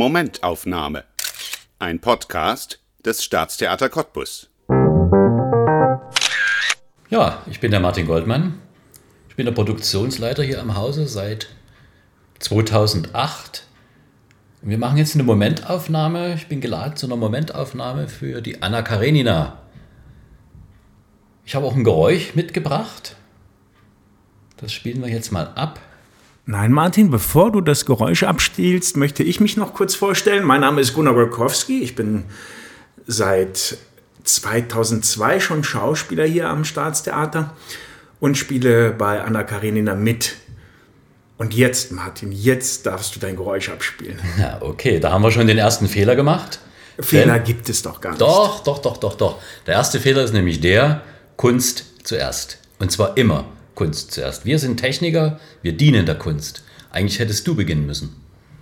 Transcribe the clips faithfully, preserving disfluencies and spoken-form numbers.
Momentaufnahme. Ein Podcast des Staatstheater Cottbus. Ja, ich bin der Martin Goldmann. Ich bin der Produktionsleiter hier am Hause seit zweitausendacht. Wir machen jetzt eine Momentaufnahme. Ich bin geladen zu einer Momentaufnahme für die Anna Karenina. Ich habe auch ein Geräusch mitgebracht. Das spielen wir jetzt mal ab. Nein, Martin, bevor du das Geräusch abspielst, möchte ich mich noch kurz vorstellen. Mein Name ist Gunnar Golkowski. Ich bin seit zweitausendzwei schon Schauspieler hier am Staatstheater und spiele bei Anna Karenina mit. Und jetzt, Martin, jetzt darfst du dein Geräusch abspielen. Ja, okay, da haben wir schon den ersten Fehler gemacht. Fehler gibt es doch gar nicht. Doch, doch, doch, doch, doch. Der erste Fehler ist nämlich der, Kunst zuerst. Und zwar immer Kunst zuerst. Wir sind Techniker, wir dienen der Kunst. Eigentlich hättest du beginnen müssen.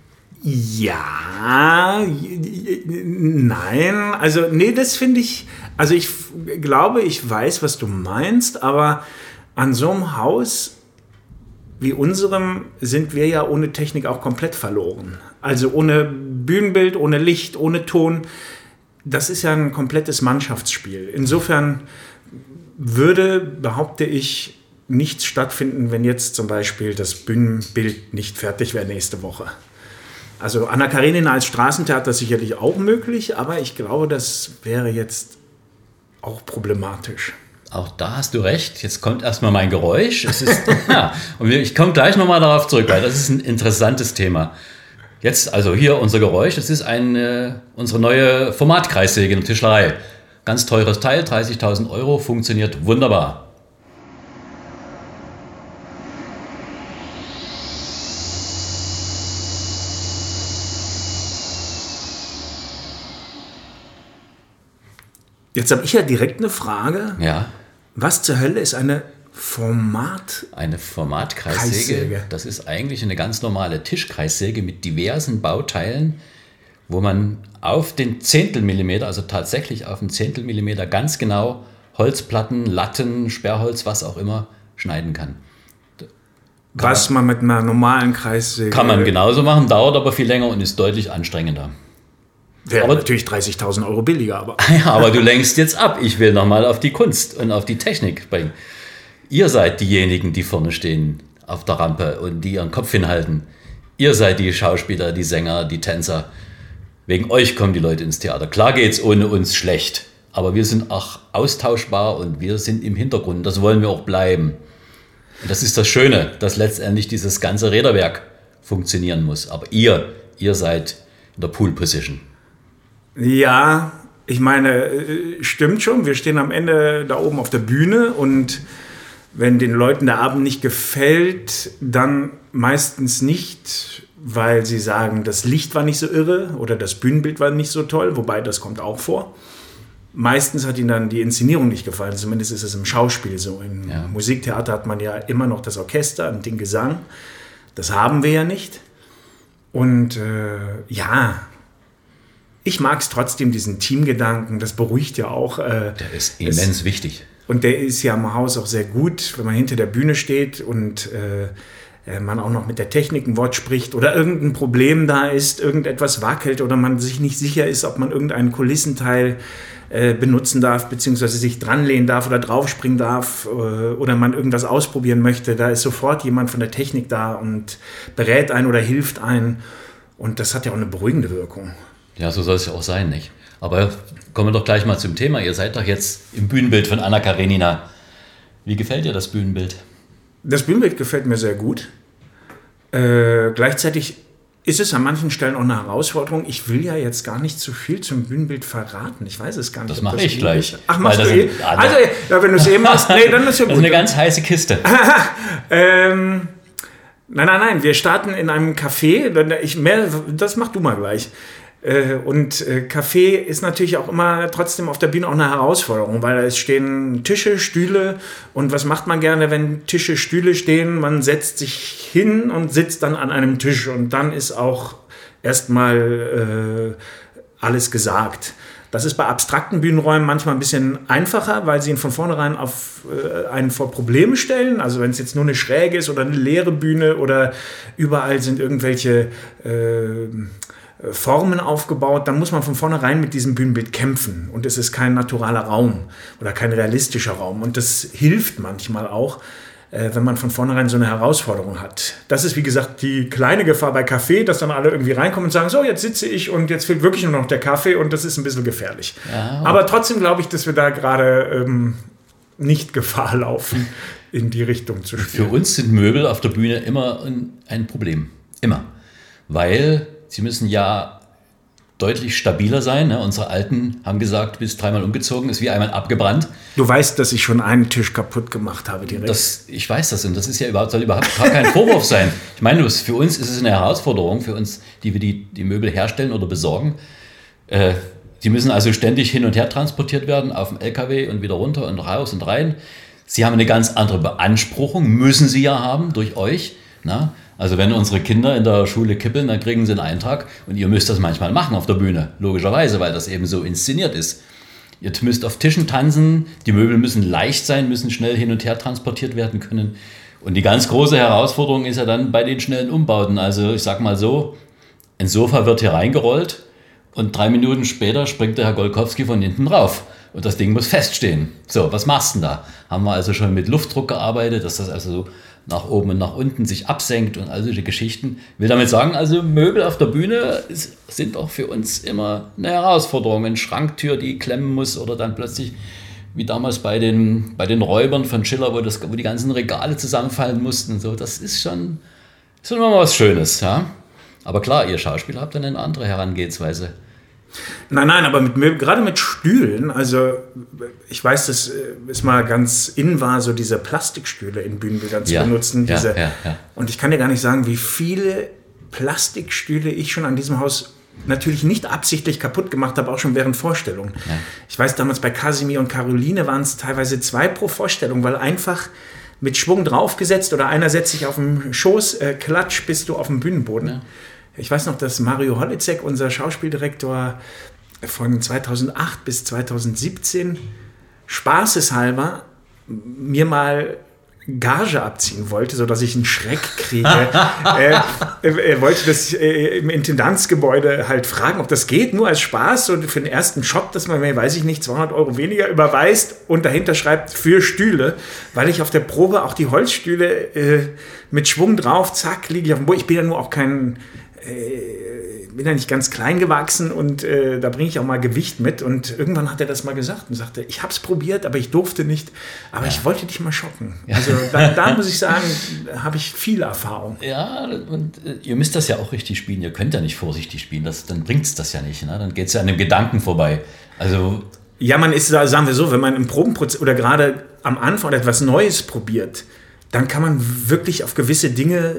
Ja, nein, also nee, das finde ich, also ich glaube, ich weiß, was du meinst, aber an so einem Haus wie unserem sind wir ja ohne Technik auch komplett verloren. Also ohne Bühnenbild, ohne Licht, ohne Ton. Das ist ja ein komplettes Mannschaftsspiel. Insofern würde, behaupte ich, nichts stattfinden, wenn jetzt zum Beispiel das Bühnenbild nicht fertig wäre nächste Woche. Also Anna Karenina als Straßentheater ist sicherlich auch möglich, aber ich glaube, das wäre jetzt auch problematisch. Auch da hast du recht. Jetzt kommt erstmal mein Geräusch. Es ist, ja, und ich komme gleich nochmal darauf zurück, weil das ist ein interessantes Thema. Jetzt also hier unser Geräusch. Das ist ein, äh, unsere neue Formatkreissäge in der Tischlerei. Ganz teures Teil, dreißigtausend Euro, funktioniert wunderbar. Jetzt habe ich ja direkt eine Frage. Ja. Was zur Hölle ist eine Format? Eine Formatkreissäge. Das ist eigentlich eine ganz normale Tischkreissäge mit diversen Bauteilen, wo man auf den Zehntelmillimeter, also tatsächlich auf den Zehntelmillimeter ganz genau Holzplatten, Latten, Sperrholz, was auch immer, schneiden kann. kann was man, man mit einer normalen Kreissäge... Kann man genauso machen, dauert aber viel länger und ist deutlich anstrengender. Wäre aber natürlich dreißigtausend Euro billiger, aber... Ja, aber du lenkst jetzt ab. Ich will nochmal auf die Kunst und auf die Technik bringen. Ihr seid diejenigen, die vorne stehen auf der Rampe und die ihren Kopf hinhalten. Ihr seid die Schauspieler, die Sänger, die Tänzer. Wegen euch kommen die Leute ins Theater. Klar geht's ohne uns schlecht, aber wir sind auch austauschbar und wir sind im Hintergrund. Das wollen wir auch bleiben. Und das ist das Schöne, dass letztendlich dieses ganze Räderwerk funktionieren muss. Aber ihr, ihr seid in der Pool-Position. Ja, ich meine, stimmt schon. Wir stehen am Ende da oben auf der Bühne und wenn den Leuten der Abend nicht gefällt, dann meistens nicht, weil sie sagen, das Licht war nicht so irre oder das Bühnenbild war nicht so toll, wobei das kommt auch vor. Meistens hat ihnen dann die Inszenierung nicht gefallen, zumindest ist es im Schauspiel so. Im ja. Musiktheater hat man ja immer noch das Orchester und den Gesang. Das haben wir ja nicht. Und äh, ja... Ich mag es trotzdem, diesen Teamgedanken, das beruhigt ja auch. Äh, der ist immens es, wichtig. Und der ist ja im Haus auch sehr gut, wenn man hinter der Bühne steht und äh, man auch noch mit der Technik ein Wort spricht oder irgendein Problem da ist, irgendetwas wackelt oder man sich nicht sicher ist, ob man irgendeinen Kulissenteil äh, benutzen darf, beziehungsweise sich dranlehnen darf oder draufspringen darf äh, oder man irgendwas ausprobieren möchte. Da ist sofort jemand von der Technik da und berät einen oder hilft einen. Und das hat ja auch eine beruhigende Wirkung. Ja, so soll es ja auch sein, nicht? Aber kommen wir doch gleich mal zum Thema. Ihr seid doch jetzt im Bühnenbild von Anna Karenina. Wie gefällt dir das Bühnenbild? Das Bühnenbild gefällt mir sehr gut. Äh, gleichzeitig ist es an manchen Stellen auch eine Herausforderung. Ich will ja jetzt gar nicht zu viel zum Bühnenbild verraten. Ich weiß es gar nicht. Das mache ich gleich. Ist. Ach, machst du eh? Also, ja, wenn du es eh machst, nee, dann ist ja gut. Das ist eine ganz heiße Kiste. ähm... Nein, nein, nein, wir starten in einem Café. Ich, mehr, das mach du mal gleich. Und Café ist natürlich auch immer trotzdem auf der Bühne auch eine Herausforderung, weil es stehen Tische, Stühle und was macht man gerne, wenn Tische, Stühle stehen? Man setzt sich hin und sitzt dann an einem Tisch und dann ist auch erstmal äh, alles gesagt. Das ist bei abstrakten Bühnenräumen manchmal ein bisschen einfacher, weil sie ihn von vornherein auf äh, einen vor Probleme stellen. Also wenn es jetzt nur eine Schräge ist oder eine leere Bühne oder überall sind irgendwelche äh, Formen aufgebaut, dann muss man von vornherein mit diesem Bühnenbild kämpfen. Und es ist kein naturaler Raum oder kein realistischer Raum. Und das hilft manchmal auch, wenn man von vornherein so eine Herausforderung hat. Das ist, wie gesagt, die kleine Gefahr bei Kaffee, dass dann alle irgendwie reinkommen und sagen, so, jetzt sitze ich und jetzt fehlt wirklich nur noch der Kaffee und das ist ein bisschen gefährlich. Ja, aber trotzdem glaube ich, dass wir da gerade ähm, nicht Gefahr laufen, in die Richtung zu spielen. Für uns sind Möbel auf der Bühne immer ein, ein Problem. Immer. Weil sie müssen ja deutlich stabiler sein. Ne? Unsere Alten haben gesagt, bis dreimal umgezogen, ist wie einmal abgebrannt. Du weißt, dass ich schon einen Tisch kaputt gemacht habe direkt. Das, ich weiß das und das ist ja überhaupt, soll überhaupt gar kein Vorwurf sein. Ich meine, für uns ist es eine Herausforderung, für uns, die wir die, die Möbel herstellen oder besorgen. Äh, die müssen also ständig hin und her transportiert werden auf dem L K W und wieder runter und raus und rein. Sie haben eine ganz andere Beanspruchung, müssen sie ja haben durch euch. Na? Also wenn unsere Kinder in der Schule kippeln, dann kriegen sie einen Eintrag und ihr müsst das manchmal machen auf der Bühne, logischerweise, weil das eben so inszeniert ist. Ihr müsst auf Tischen tanzen, die Möbel müssen leicht sein, müssen schnell hin und her transportiert werden können. Und die ganz große Herausforderung ist ja dann bei den schnellen Umbauten. Also ich sag mal so, ein Sofa wird hier reingerollt und drei Minuten später springt der Herr Golkowski von hinten drauf. Und das Ding muss feststehen. So, was machst du denn da? Haben wir also schon mit Luftdruck gearbeitet, dass das also so nach oben und nach unten sich absenkt und all solche Geschichten. Ich will damit sagen, also Möbel auf der Bühne ist, sind auch für uns immer eine Herausforderung. Eine Schranktür, die klemmen muss oder dann plötzlich, wie damals bei den, bei den Räubern von Schiller, wo, das, wo die ganzen Regale zusammenfallen mussten. So, das ist schon, ist schon immer was Schönes. Ja? Aber klar, ihr Schauspieler habt dann eine andere Herangehensweise. Nein, nein, aber mit, gerade mit Stühlen, also ich weiß, dass es mal ganz in war, so diese Plastikstühle in Bühnenbildern zu ja, benutzen. Diese, ja, ja, ja. Und ich kann dir gar nicht sagen, wie viele Plastikstühle ich schon an diesem Haus natürlich nicht absichtlich kaputt gemacht habe, auch schon während Vorstellungen. Ja. Ich weiß, damals bei Kasimir und Caroline waren es teilweise zwei pro Vorstellung, weil einfach mit Schwung draufgesetzt oder einer setzt sich auf den Schoß, äh, klatsch, bist du auf dem Bühnenboden. Ja. Ich weiß noch, dass Mario Holitzek, unser Schauspieldirektor von zweitausendacht bis zweitausendsiebzehn, spaßeshalber mir mal Gage abziehen wollte, sodass ich einen Schreck kriege. er, er wollte das äh, im Intendanzgebäude halt fragen, ob das geht, nur als Spaß und für den ersten Shot, dass man mir, weiß ich nicht, zweihundert Euro weniger überweist und dahinter schreibt für Stühle, weil ich auf der Probe auch die Holzstühle äh, mit Schwung drauf, zack, liege ich auf dem Boden. Ich bin ja nur auch kein äh, bin ja nicht ganz klein gewachsen und äh, da bringe ich auch mal Gewicht mit. Und irgendwann hat er das mal gesagt und sagte, ich habe es probiert, aber ich durfte nicht. Aber ja. ich wollte dich mal schocken. Also da, da muss ich sagen, habe ich viel Erfahrung. Ja, und äh, ihr müsst das ja auch richtig spielen. Ihr könnt ja nicht vorsichtig spielen, das, dann bringt es das ja nicht. Ne? Dann geht es ja an dem Gedanken vorbei. Also ja, man ist, sagen wir so, wenn man im Probenprozess oder gerade am Anfang etwas Neues probiert, dann kann man wirklich auf gewisse Dinge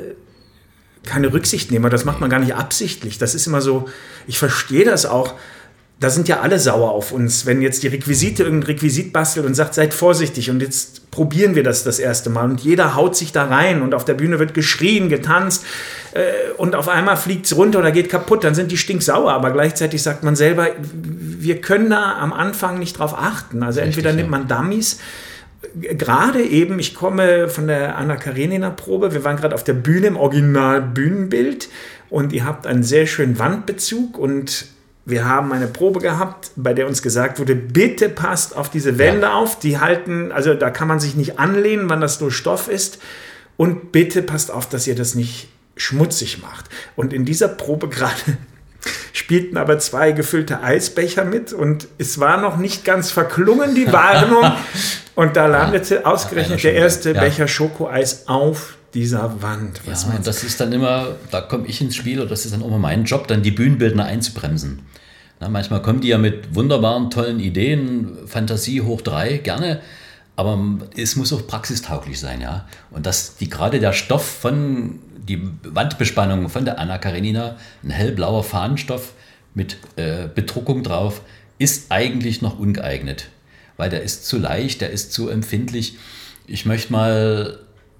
keine Rücksicht nehmen. Das macht man gar nicht absichtlich. Das ist immer so, ich verstehe das auch, da sind ja alle sauer auf uns, wenn jetzt die Requisite irgendein Requisit bastelt und sagt, seid vorsichtig und jetzt probieren wir das das erste Mal und jeder haut sich da rein und auf der Bühne wird geschrien, getanzt äh, und auf einmal fliegt es runter oder geht kaputt, dann sind die stinksauer, aber gleichzeitig sagt man selber, wir können da am Anfang nicht drauf achten. Also Richtig, entweder nimmt man Dummies, gerade eben, ich komme von der Anna Karenina Probe, wir waren gerade auf der Bühne im Original Bühnenbild und ihr habt einen sehr schönen Wandbezug und wir haben eine Probe gehabt, bei der uns gesagt wurde, bitte passt auf diese Wände ja. auf, die halten, also da kann man sich nicht anlehnen, wann das nur Stoff ist und bitte passt auf, dass ihr das nicht schmutzig macht. Und in dieser Probe gerade spielten aber zwei gefüllte Eisbecher mit und es war noch nicht ganz verklungen, die Warnung. Und da landete ausgerechnet der erste ja. Becher Schokoeis auf dieser Wand. Was ja, und das ist dann immer, da komme ich ins Spiel, und das ist dann immer mein Job, dann die Bühnenbildner einzubremsen. Na, manchmal kommen die ja mit wunderbaren, tollen Ideen, Fantasie hoch drei, gerne, aber es muss auch praxistauglich sein. Ja? Und dass die, gerade der Stoff von, die Wandbespannung von der Anna Karenina, ein hellblauer Fahnenstoff mit äh, Bedruckung drauf, ist eigentlich noch ungeeignet. Weil der ist zu leicht, der ist zu empfindlich. Ich möchte mal,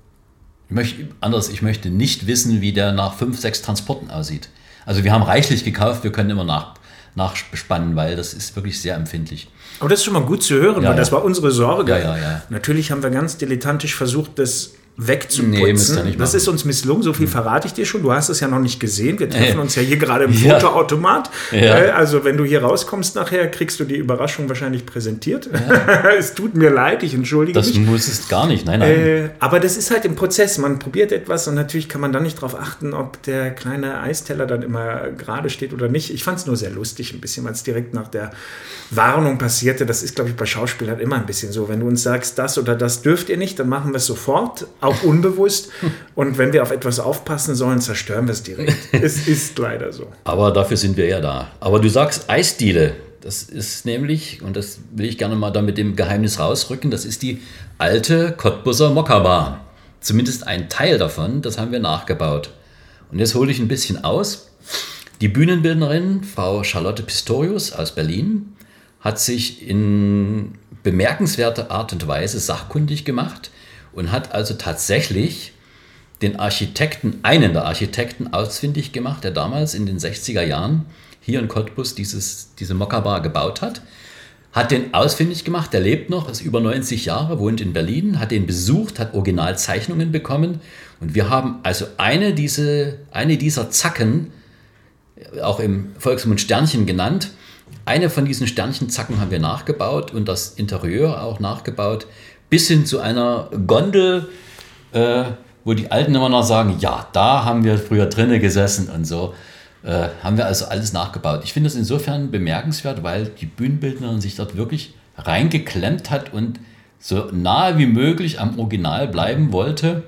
ich möchte, anders, ich möchte nicht wissen, wie der nach fünf, sechs Transporten aussieht. Also wir haben reichlich gekauft, wir können immer nach, nachspannen, weil das ist wirklich sehr empfindlich. Aber das ist schon mal gut zu hören, ja, weil ja. das war unsere Sorge. Ja, ja, ja. Natürlich haben wir ganz dilettantisch versucht, das wegzuputzen. Nee, müsst ihr nicht das machen. ist uns misslungen, so viel verrate ich dir schon. Du hast es ja noch nicht gesehen. Wir treffen Äh. uns ja hier gerade im Ja. Fotoautomat. Ja. Äh, Also wenn du hier rauskommst nachher, kriegst du die Überraschung wahrscheinlich präsentiert. Ja. Es tut mir leid, ich entschuldige Das mich. muss es gar nicht, nein, nein. Äh, aber das ist halt im Prozess. Man probiert etwas und natürlich kann man dann nicht darauf achten, ob der kleine Eisteller dann immer gerade steht oder nicht. Ich fand es nur sehr lustig, ein bisschen, weil es direkt nach der Warnung passierte. Das ist, glaube ich, bei Schauspielern immer ein bisschen so. Wenn du uns sagst, das oder das dürft ihr nicht, dann machen wir es sofort, auch unbewusst. Und wenn wir auf etwas aufpassen sollen, zerstören wir es direkt. Es ist leider so. Aber dafür sind wir ja da. Aber du sagst Eisdiele. Das ist nämlich, und das will ich gerne mal da mit dem Geheimnis rausrücken, das ist die alte Cottbuser Mokka-Bar. Zumindest ein Teil davon, das haben wir nachgebaut. Und jetzt hole ich ein bisschen aus. Die Bühnenbildnerin, Frau Charlotte Pistorius aus Berlin, hat sich in bemerkenswerter Art und Weise sachkundig gemacht und hat also tatsächlich den Architekten, einen der Architekten ausfindig gemacht, der damals in den sechziger Jahren hier in Cottbus dieses, diese Mokka-Bar gebaut hat. Hat den ausfindig gemacht, der lebt noch, ist über neunzig Jahre, wohnt in Berlin, hat den besucht, hat Originalzeichnungen bekommen. Und wir haben also eine, diese, eine dieser Zacken, auch im Volksmund Sternchen genannt, eine von diesen Sternchenzacken haben wir nachgebaut und das Interieur auch nachgebaut, bis hin zu einer Gondel, äh, wo die Alten immer noch sagen, ja, da haben wir früher drinnen gesessen und so. Äh, haben wir also alles nachgebaut. Ich finde das insofern bemerkenswert, weil die Bühnenbildnerin sich dort wirklich reingeklemmt hat und so nahe wie möglich am Original bleiben wollte,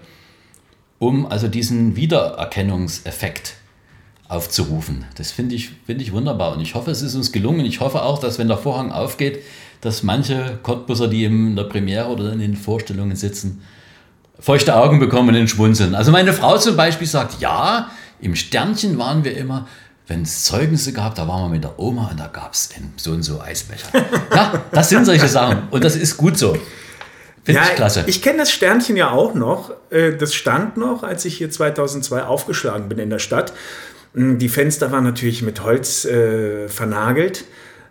um also diesen Wiedererkennungseffekt aufzurufen. Das finde ich, finde ich wunderbar und ich hoffe, es ist uns gelungen. Ich hoffe auch, dass wenn der Vorhang aufgeht, dass manche Cottbuser, die in der Premiere oder in den Vorstellungen sitzen, feuchte Augen bekommen und den schmunzeln. Also meine Frau zum Beispiel sagt, ja, im Sternchen waren wir immer, wenn es Zeugnisse gab, da waren wir mit der Oma und da gab es so und so Eisbecher. Ja, das sind solche Sachen und das ist gut so. Finde Ja, ich klasse. ich kenne das Sternchen ja auch noch. Äh, Das stand noch, als ich hier zweitausendzwei aufgeschlagen bin in der Stadt. Die Fenster waren natürlich mit Holz äh, vernagelt.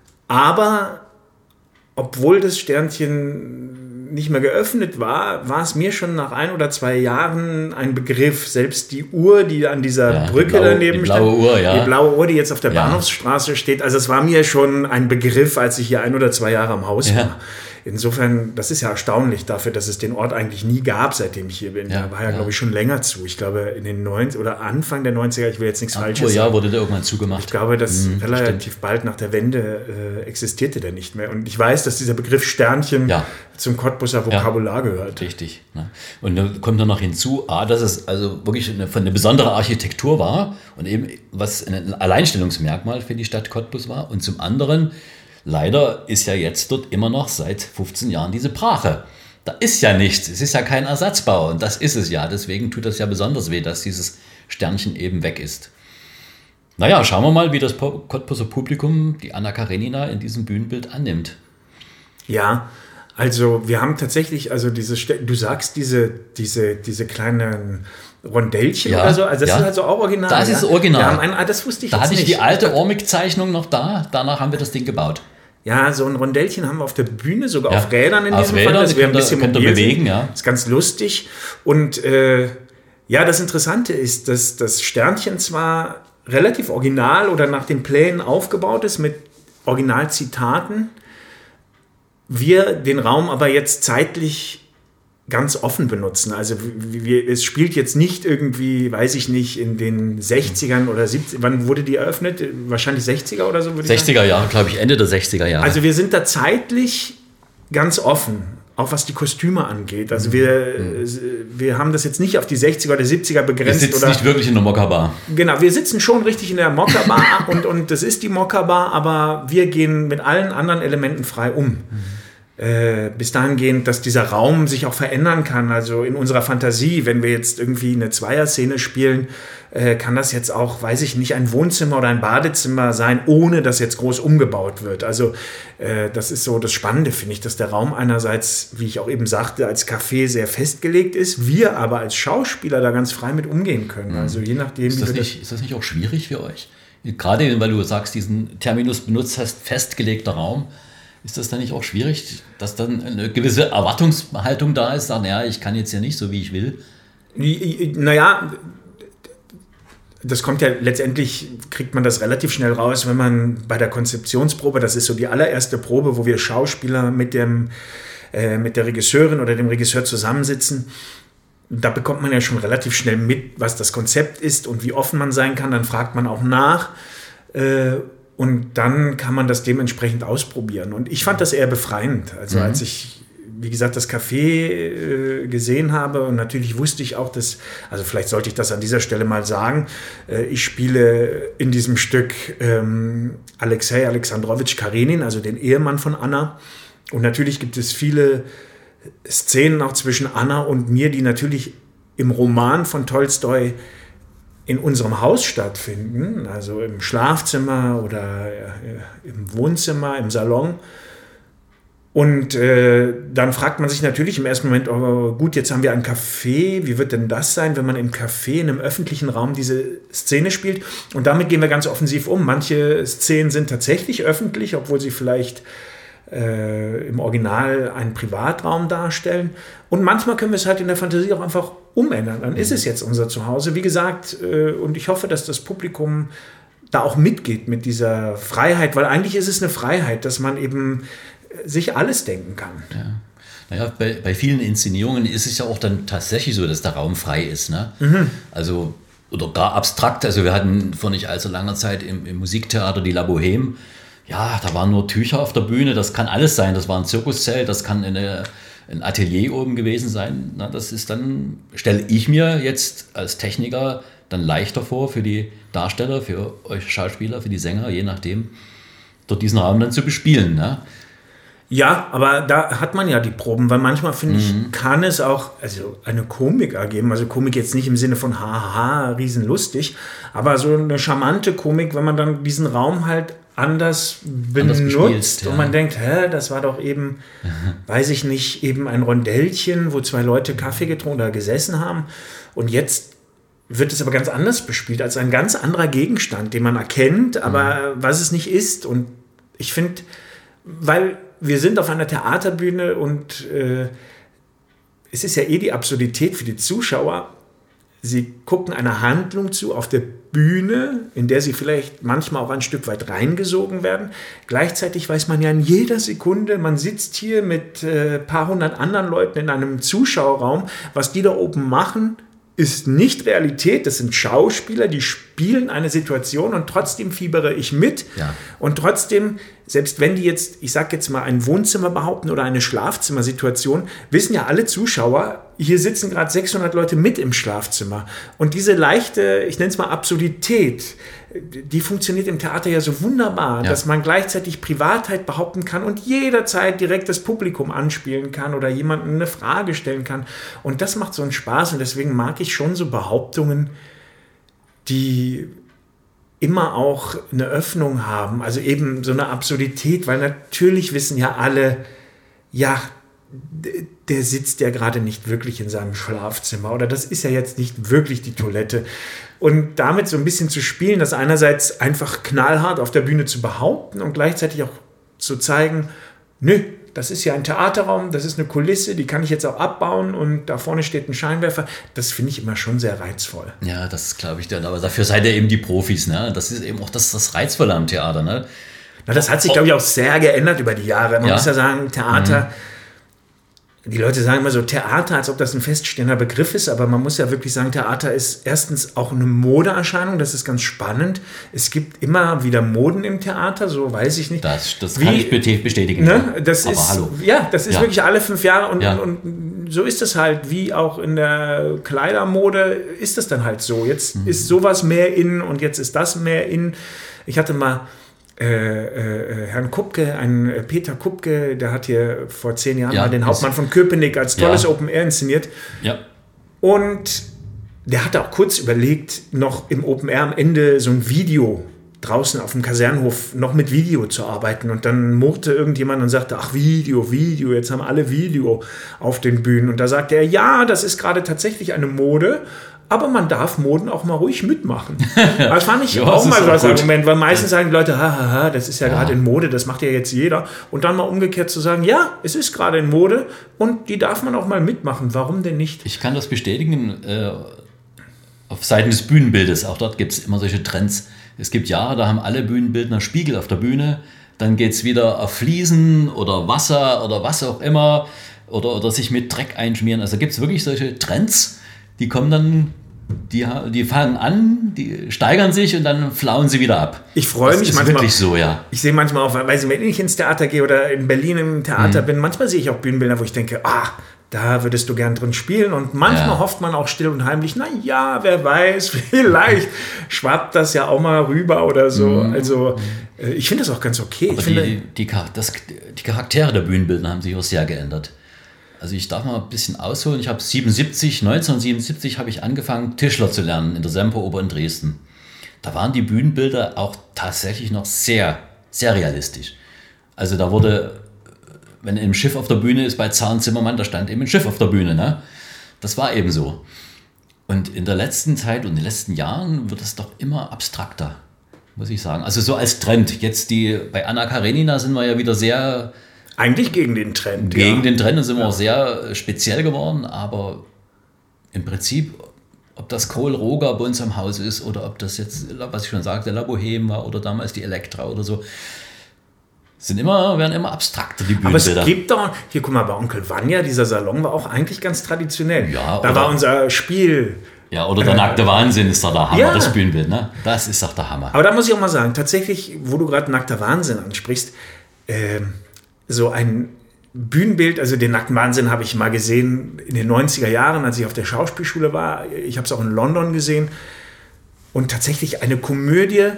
Aber obwohl das Sternchen nicht mehr geöffnet war, war es mir schon nach ein oder zwei Jahren ein Begriff. Selbst die Uhr, die an dieser Ja, die Brücke blaue- daneben die blaue stand, Uhr, ja. die blaue Uhr, die jetzt auf der Ja. Bahnhofsstraße steht, also es war mir schon ein Begriff, als ich hier ein oder zwei Jahre am Haus Ja. war. Insofern, das ist ja erstaunlich dafür, dass es den Ort eigentlich nie gab, seitdem ich hier bin. Ja, Der war ja, ja. glaube ich, schon länger zu. Ich glaube, in den neunziger oder Anfang der neunziger, ich will jetzt nichts Oh Falsches ja, sagen. wurde der irgendwann zugemacht. Ich glaube, dass Mhm, relativ stimmt. bald nach der Wende äh, existierte der nicht mehr. Und ich weiß, dass dieser Begriff Sternchen Ja. zum Cottbuser Vokabular gehört. Richtig. Ne? Und dann kommt dann noch hinzu, A, dass es also wirklich eine, von eine besondere Architektur war und eben was ein Alleinstellungsmerkmal für die Stadt Cottbus war. Und zum anderen, leider ist ja jetzt dort immer noch seit fünfzehn Jahren diese Brache. Da ist ja nichts, es ist ja kein Ersatzbau und das ist es ja. Deswegen tut das ja besonders weh, dass dieses Sternchen eben weg ist. Naja, schauen wir mal, wie das Po- Cottbuser Publikum die Anna Karenina in diesem Bühnenbild annimmt. Ja, also wir haben tatsächlich, also diese, Ste- du sagst diese, diese, diese kleinen Rondellchen Ja, oder so, also das ja. ist also auch original. Das ja? ist original. Wir haben ein, ah, das wusste ich Da jetzt hatte ich nicht. die alte Ormig-Zeichnung noch da, danach haben wir das Ding gebaut. Ja, so ein Rondellchen haben wir auf der Bühne, sogar Ja, auf Rädern in auf diesem Rädern, Fall, dass die wir ein könnt ihr- bisschen könnt ihr mobil bewegen, sind. ja. Ist ganz lustig. Und äh, ja, das Interessante ist, dass das Sternchen zwar relativ original oder nach den Plänen aufgebaut ist mit Originalzitaten, wir den Raum aber jetzt zeitlich ganz offen benutzen. Also wie, wie, es spielt jetzt nicht irgendwie, weiß ich nicht, in den sechzigern oder siebzigern. Wann wurde die eröffnet? Wahrscheinlich sechziger oder so, würde ich sagen. sechziger Jahre, glaube ich, Ende der sechziger Jahre. Also wir sind da zeitlich ganz offen, auch was die Kostüme angeht. Also wir, wir haben das jetzt nicht auf die sechziger oder siebziger wir begrenzt. sitzen Oder, nicht wirklich in der Mokka-Bar. genau, wir sitzen schon richtig in der Mokka-Bar und, und das ist die Mokka-Bar, aber wir gehen mit allen anderen Elementen frei um. Mhm. Äh, bis dahingehend, dass dieser Raum sich auch verändern kann. Also in unserer Fantasie, wenn wir jetzt irgendwie eine Zweierszene spielen, äh, kann das jetzt auch, weiß ich nicht, ein Wohnzimmer oder ein Badezimmer sein, ohne dass jetzt groß umgebaut wird. Also äh, das ist so das Spannende, finde ich, dass der Raum einerseits, wie ich auch eben sagte, als Café sehr festgelegt ist, wir aber als Schauspieler da ganz frei mit umgehen können. Mhm. Also je nachdem, Ist das, wie wir nicht, ist das nicht auch schwierig für euch? Gerade weil du sagst, diesen Terminus benutzt hast, festgelegter Raum. Ist das dann nicht auch schwierig, dass dann eine gewisse Erwartungshaltung da ist, sagen, ja, ich kann jetzt ja nicht so, wie ich will? Naja, das kommt ja letztendlich, kriegt man das relativ schnell raus, wenn man bei der Konzeptionsprobe, das ist so die allererste Probe, wo wir Schauspieler mit, dem, äh, mit der Regisseurin oder dem Regisseur zusammensitzen. Da bekommt man ja schon relativ schnell mit, was das Konzept ist und wie offen man sein kann. Dann fragt man auch nach äh, und dann kann man das dementsprechend ausprobieren. Und ich fand das eher befreiend. Also mhm. als ich, wie gesagt, das Café äh, gesehen habe und natürlich wusste ich auch, dass, also vielleicht sollte ich das an dieser Stelle mal sagen, äh, ich spiele in diesem Stück ähm, Alexei Alexandrowitsch Karenin, also den Ehemann von Anna. Und natürlich gibt es viele Szenen auch zwischen Anna und mir, die natürlich im Roman von Tolstoi in unserem Haus stattfinden, also im Schlafzimmer oder äh, im Wohnzimmer, im Salon. Und äh, dann fragt man sich natürlich im ersten Moment, oh, gut, jetzt haben wir ein Café, wie wird denn das sein, wenn man im Café, in einem öffentlichen Raum diese Szene spielt? Und damit gehen wir ganz offensiv um. Manche Szenen sind tatsächlich öffentlich, obwohl sie vielleicht äh, im Original einen Privatraum darstellen. Und manchmal können wir es halt in der Fantasie auch einfach umändern. Dann ist es jetzt unser Zuhause. Wie gesagt, äh, und ich hoffe, dass das Publikum da auch mitgeht mit dieser Freiheit, weil eigentlich ist es eine Freiheit, dass man eben sich alles denken kann. Ja. Naja, bei, bei vielen Inszenierungen ist es ja auch dann tatsächlich so, dass der Raum frei ist. Ne? Mhm. Also, oder gar abstrakt. Also wir hatten vor nicht allzu langer Zeit im, im Musiktheater die La Bohème. Ja, da waren nur Tücher auf der Bühne. Das kann alles sein. Das war ein Zirkuszelt, das kann eine, ein Atelier oben gewesen sein. Na, das ist dann, stelle ich mir jetzt als Techniker dann leichter vor für die Darsteller, für euch Schauspieler, für die Sänger, je nachdem, dort diesen Raum dann zu bespielen. Ne? Ja, aber da hat man ja die Proben, weil manchmal, finde ich, mhm. kann es auch also eine Komik ergeben. Also Komik jetzt nicht im Sinne von haha, riesenlustig, aber so eine charmante Komik, wenn man dann diesen Raum halt anders benutzt anders bespielst, ja. Und man denkt, hä, das war doch eben, mhm. weiß ich nicht, eben ein Rondellchen, wo zwei Leute Kaffee getrunken oder gesessen haben. Und jetzt wird es aber ganz anders bespielt, als ein ganz anderer Gegenstand, den man erkennt, aber mhm. was es nicht ist. Und ich finde, weil wir sind auf einer Theaterbühne und äh, es ist ja eh die Absurdität für die Zuschauer. Sie gucken einer Handlung zu auf der Bühne, in der sie vielleicht manchmal auch ein Stück weit reingesogen werden. Gleichzeitig weiß man ja in jeder Sekunde, man sitzt hier mit ein äh, paar hundert anderen Leuten in einem Zuschauerraum. Was die da oben machen, ist nicht Realität. Das sind Schauspieler, die spielen eine Situation und trotzdem fiebere ich mit. Ja. Und trotzdem, selbst wenn die jetzt, ich sag jetzt mal, ein Wohnzimmer behaupten oder eine Schlafzimmersituation, wissen ja alle Zuschauer, hier sitzen gerade sechshundert Leute mit im Schlafzimmer. Und diese leichte, ich nenne es mal Absurdität, die funktioniert im Theater ja so wunderbar, ja. dass man gleichzeitig Privatheit behaupten kann und jederzeit direkt das Publikum anspielen kann oder jemandem eine Frage stellen kann. Und das macht so einen Spaß und deswegen mag ich schon so Behauptungen, die immer auch eine Öffnung haben, also eben so eine Absurdität, weil natürlich wissen ja alle, ja, der sitzt ja gerade nicht wirklich in seinem Schlafzimmer oder das ist ja jetzt nicht wirklich die Toilette. Und damit so ein bisschen zu spielen, das einerseits einfach knallhart auf der Bühne zu behaupten und gleichzeitig auch zu zeigen, nö, das ist ja ein Theaterraum, das ist eine Kulisse, die kann ich jetzt auch abbauen und da vorne steht ein Scheinwerfer. Das finde ich immer schon sehr reizvoll. Ja, das glaube ich dann, aber dafür seid ihr eben die Profis, ne? Das ist eben auch das, das Reizvolle am Theater, ne? Na, das hat sich, glaube ich, auch sehr geändert über die Jahre. Man ja. muss ja sagen, Theater... Mhm. Die Leute sagen immer so Theater, als ob das ein feststehender Begriff ist, aber man muss ja wirklich sagen, Theater ist erstens auch eine Modeerscheinung, das ist ganz spannend. Es gibt immer wieder Moden im Theater, so weiß ich nicht. Das, das kann Wie, ich bestätigen. Ne? Das aber ist, hallo. Ja, das ist ja. wirklich alle fünf Jahre und, ja. und, und so ist es halt, wie auch in der Kleidermode ist es dann halt so. Jetzt mhm. ist sowas mehr in und jetzt ist das mehr in. Ich hatte mal Äh, äh, Herrn Kupke, ein äh, Peter Kupke, der hat hier vor zehn Jahren ja, mal den Hauptmann von Köpenick als tolles ja. Open Air inszeniert. Ja. Und der hatte auch kurz überlegt, noch im Open Air am Ende so ein Video draußen auf dem Kasernenhof noch mit Video zu arbeiten. Und dann murrte irgendjemand und sagte, ach Video, Video, jetzt haben alle Video auf den Bühnen. Und da sagte er, ja, das ist gerade tatsächlich eine Mode, aber man darf Moden auch mal ruhig mitmachen. Das fand ich Ja, auch das mal ist so auch als gut. Argument, weil meistens sagen die Leute, hahaha, das ist ja, Ja. gerade in Mode, das macht ja jetzt jeder. Und dann mal umgekehrt zu sagen, ja, es ist gerade in Mode und die darf man auch mal mitmachen. Warum denn nicht? Ich kann das bestätigen, äh, auf Seiten des Bühnenbildes, auch dort gibt es immer solche Trends. Es gibt Jahre, da haben alle Bühnenbildner Spiegel auf der Bühne, dann geht es wieder auf Fliesen oder Wasser oder was auch immer oder, oder sich mit Dreck einschmieren. Also gibt es wirklich solche Trends, die kommen dann, die, die fangen an, die steigern sich und dann flauen sie wieder ab. Ich freue Das mich ist manchmal. wirklich so, ja. Ich sehe manchmal auch, weil wenn ich ins Theater gehe oder in Berlin im Theater Mhm. bin, manchmal sehe ich auch Bühnenbilder, wo ich denke, ah, da würdest du gern drin spielen. Und manchmal Ja. hofft man auch still und heimlich, na ja, wer weiß, vielleicht schwappt das ja auch mal rüber oder so. Mhm. Also äh, ich finde das auch ganz okay. Aber Ich finde, die, die, Char- das, die Charaktere der Bühnenbildner haben sich auch sehr geändert. Also ich darf mal ein bisschen ausholen. Ich habe siebenundsiebzig, neunzehnhundertsiebenundsiebzig habe ich angefangen, Tischler zu lernen in der Semperoper in Dresden. Da waren die Bühnenbilder auch tatsächlich noch sehr, sehr realistisch. Also da wurde, wenn ein Schiff auf der Bühne ist bei Zahn Zimmermann, da stand eben ein Schiff auf der Bühne. Ne? Das war eben so. Und in der letzten Zeit und in den letzten Jahren wird es doch immer abstrakter, muss ich sagen. Also so als Trend. Jetzt die, bei Anna Karenina sind wir ja wieder sehr eigentlich gegen den Trend. gegen ja. den Trend und sind wir auch sehr speziell geworden, aber im Prinzip, ob das Kohl Roger bei uns am Haus ist oder ob das jetzt, was ich schon sagte, La Boheme war oder damals die Elektra oder so, sind immer, werden immer abstrakter, die Aber es Bühnenbilder. gibt doch, hier guck mal, bei Onkel Vanya, dieser Salon war auch eigentlich ganz traditionell. Ja, da oder- war unser Spiel. Ja, oder der nackte Wahnsinn ist doch der Hammer, ja. das Bühnenbild, ne? Das ist doch der Hammer. Aber da muss ich auch mal sagen, tatsächlich, wo du gerade nackter Wahnsinn ansprichst, ähm, so ein Bühnenbild, also den nackten Wahnsinn habe ich mal gesehen in den neunziger Jahren, als ich auf der Schauspielschule war. Ich habe es auch in London gesehen. Und tatsächlich eine Komödie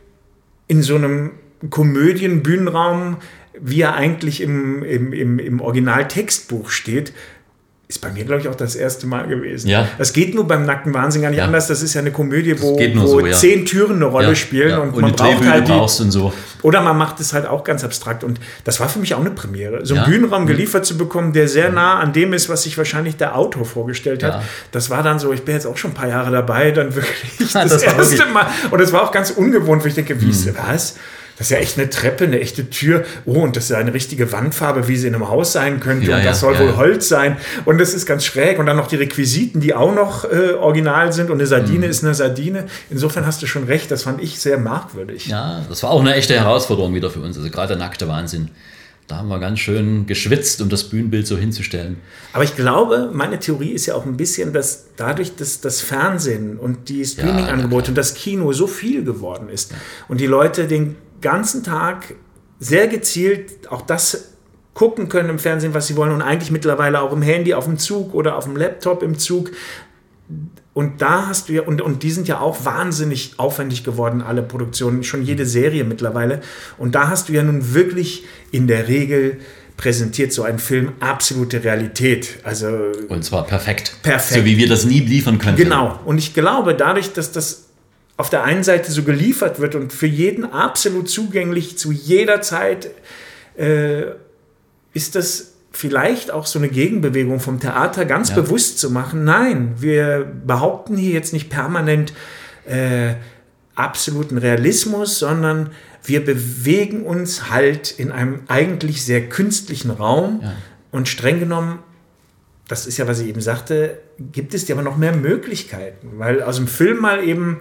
in so einem Komödienbühnenraum, wie er eigentlich im, im, im, im Originaltextbuch steht, ist bei mir, glaube ich, auch das erste Mal gewesen. Ja. Das geht nur beim nackten Wahnsinn gar nicht Ja. anders. Das ist ja eine Komödie, wo, geht nur wo so, ja. zehn Türen eine Rolle Ja, spielen ja. und, und man die braucht Drehbühne halt die, brauchst und so. oder man macht es halt auch ganz abstrakt. Und das war für mich auch eine Premiere. So einen Ja. Bühnenraum geliefert zu bekommen, der sehr nah an dem ist, was sich wahrscheinlich der Autor vorgestellt hat. Ja. Das war dann so, ich bin jetzt auch schon ein paar Jahre dabei, dann wirklich Ja, das, das war erste wirklich- Mal. Und es war auch ganz ungewohnt, wo ich denke, wie Mhm. ist was? Das ist ja echt eine Treppe, eine echte Tür. Oh, und das ist ja eine richtige Wandfarbe, wie sie in einem Haus sein könnte. Ja, und das ja, soll ja, wohl ja. Holz sein. Und das ist ganz schräg. Und dann noch die Requisiten, die auch noch äh, original sind. Und eine Sardine Mhm. ist eine Sardine. Insofern hast du schon recht. Das fand ich sehr merkwürdig. Ja, das war auch eine echte Herausforderung wieder für uns. Also gerade der nackte Wahnsinn. Da haben wir ganz schön geschwitzt, um das Bühnenbild so hinzustellen. Aber ich glaube, meine Theorie ist ja auch ein bisschen, dass dadurch, dass das Fernsehen und die Streaming-Angebote Ja, und das Kino so viel geworden ist und die Leute den ganzen Tag sehr gezielt auch das gucken können im Fernsehen, was sie wollen und eigentlich mittlerweile auch im Handy, auf dem Zug oder auf dem Laptop im Zug. Und da hast du ja, und, und die sind ja auch wahnsinnig aufwendig geworden, alle Produktionen, schon jede Serie mittlerweile. Und da hast du ja nun wirklich in der Regel präsentiert so ein Film absolute Realität. Also Und zwar perfekt. Perfekt. So wie wir das nie liefern könnten. genau. Und ich glaube, dadurch, dass das auf der einen Seite so geliefert wird und für jeden absolut zugänglich zu jeder Zeit, äh, ist das vielleicht auch so eine Gegenbewegung vom Theater ganz Ja. bewusst zu machen. Nein, wir behaupten hier jetzt nicht permanent äh, absoluten Realismus, sondern wir bewegen uns halt in einem eigentlich sehr künstlichen Raum Ja. und streng genommen, das ist ja, was ich eben sagte, gibt es ja aber noch mehr Möglichkeiten, weil aus dem Film mal eben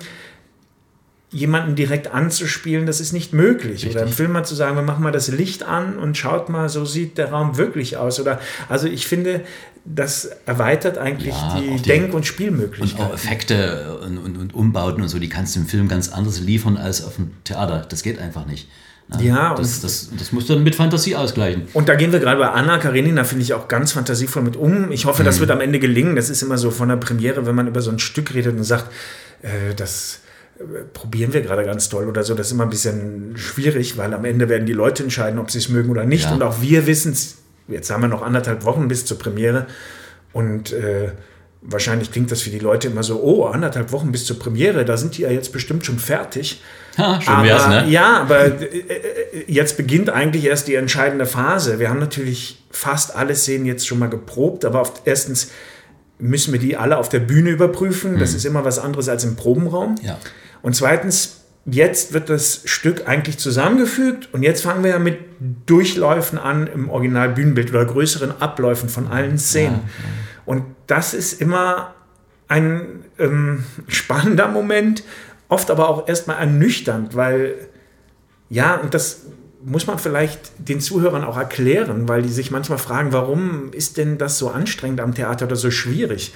jemanden direkt anzuspielen, das ist nicht möglich. Richtig. Oder im Film mal zu sagen, wir machen mal das Licht an und schaut mal, so sieht der Raum wirklich aus. Oder also ich finde, das erweitert eigentlich Ja, die, auch die- Denk- und Und Spielmöglichkeiten. auch Effekte und, und, und Umbauten und so, die kannst du im Film ganz anders liefern als auf dem Theater. Das geht einfach nicht. Na, Ja, das, das, das musst du dann mit Fantasie ausgleichen. Und da gehen wir gerade bei Anna Karenina, finde ich, auch ganz fantasievoll mit um. Ich hoffe, Mhm. das wird am Ende gelingen. Das ist immer so von der Premiere, wenn man über so ein Stück redet und sagt, äh, das äh, probieren wir gerade ganz toll oder so. Das ist immer ein bisschen schwierig, weil am Ende werden die Leute entscheiden, ob sie es mögen oder nicht. Ja. Und auch wir wissen es, jetzt haben wir noch anderthalb Wochen bis zur Premiere. Und äh, wahrscheinlich klingt das für die Leute immer so, oh, anderthalb Wochen bis zur Premiere, da sind die ja jetzt bestimmt schon fertig. Ha, schön Aber, wär's, ne? Ja, aber äh, äh, jetzt beginnt eigentlich erst die entscheidende Phase. Wir haben natürlich fast alle Szenen jetzt schon mal geprobt, aber auf, erstens müssen wir die alle auf der Bühne überprüfen. Das mhm. ist immer was anderes als im Probenraum. Ja. Und zweitens, jetzt wird das Stück eigentlich zusammengefügt und jetzt fangen wir ja mit Durchläufen an im Original-Bühnenbild oder größeren Abläufen von allen Szenen. Ja, ja. Und das ist immer ein ähm, spannender Moment, oft aber auch erstmal ernüchternd, weil, ja, und das muss man vielleicht den Zuhörern auch erklären, weil die sich manchmal fragen, warum ist denn das so anstrengend am Theater oder so schwierig?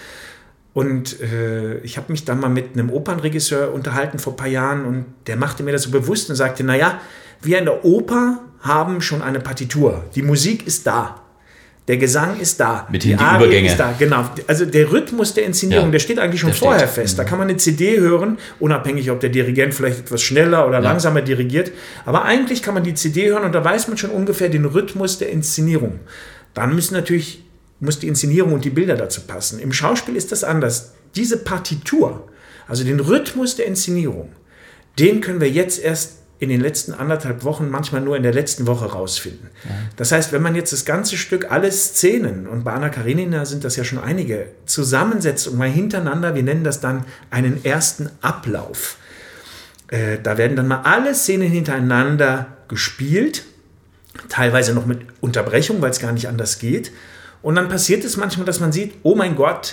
Und äh, ich habe mich dann mal mit einem Opernregisseur unterhalten vor ein paar Jahren und der machte mir das so bewusst und sagte, naja, wir in der Oper haben schon eine Partitur. Die Musik ist da. Der Gesang ist da. Mit die den Übergänge. Ist da, genau. Also der Rhythmus der Inszenierung, ja, der steht eigentlich schon vorher steht. fest. Da kann man eine C D hören, unabhängig, ob der Dirigent vielleicht etwas schneller oder ja. langsamer dirigiert. Aber eigentlich kann man die C D hören und da weiß man schon ungefähr den Rhythmus der Inszenierung. Dann müssen natürlich, muss die Inszenierung und die Bilder dazu passen. Im Schauspiel ist das anders. Diese Partitur, also den Rhythmus der Inszenierung, den können wir jetzt erst in den letzten anderthalb Wochen, manchmal nur in der letzten Woche rausfinden. Ja. Das heißt, wenn man jetzt das ganze Stück, alle Szenen, und bei Anna Karenina sind das ja schon einige, zusammensetzt und mal hintereinander, wir nennen das dann einen ersten Ablauf. Äh, da werden dann mal alle Szenen hintereinander gespielt, teilweise noch mit Unterbrechung, weil es gar nicht anders geht. Und dann passiert es manchmal, dass man sieht, oh mein Gott,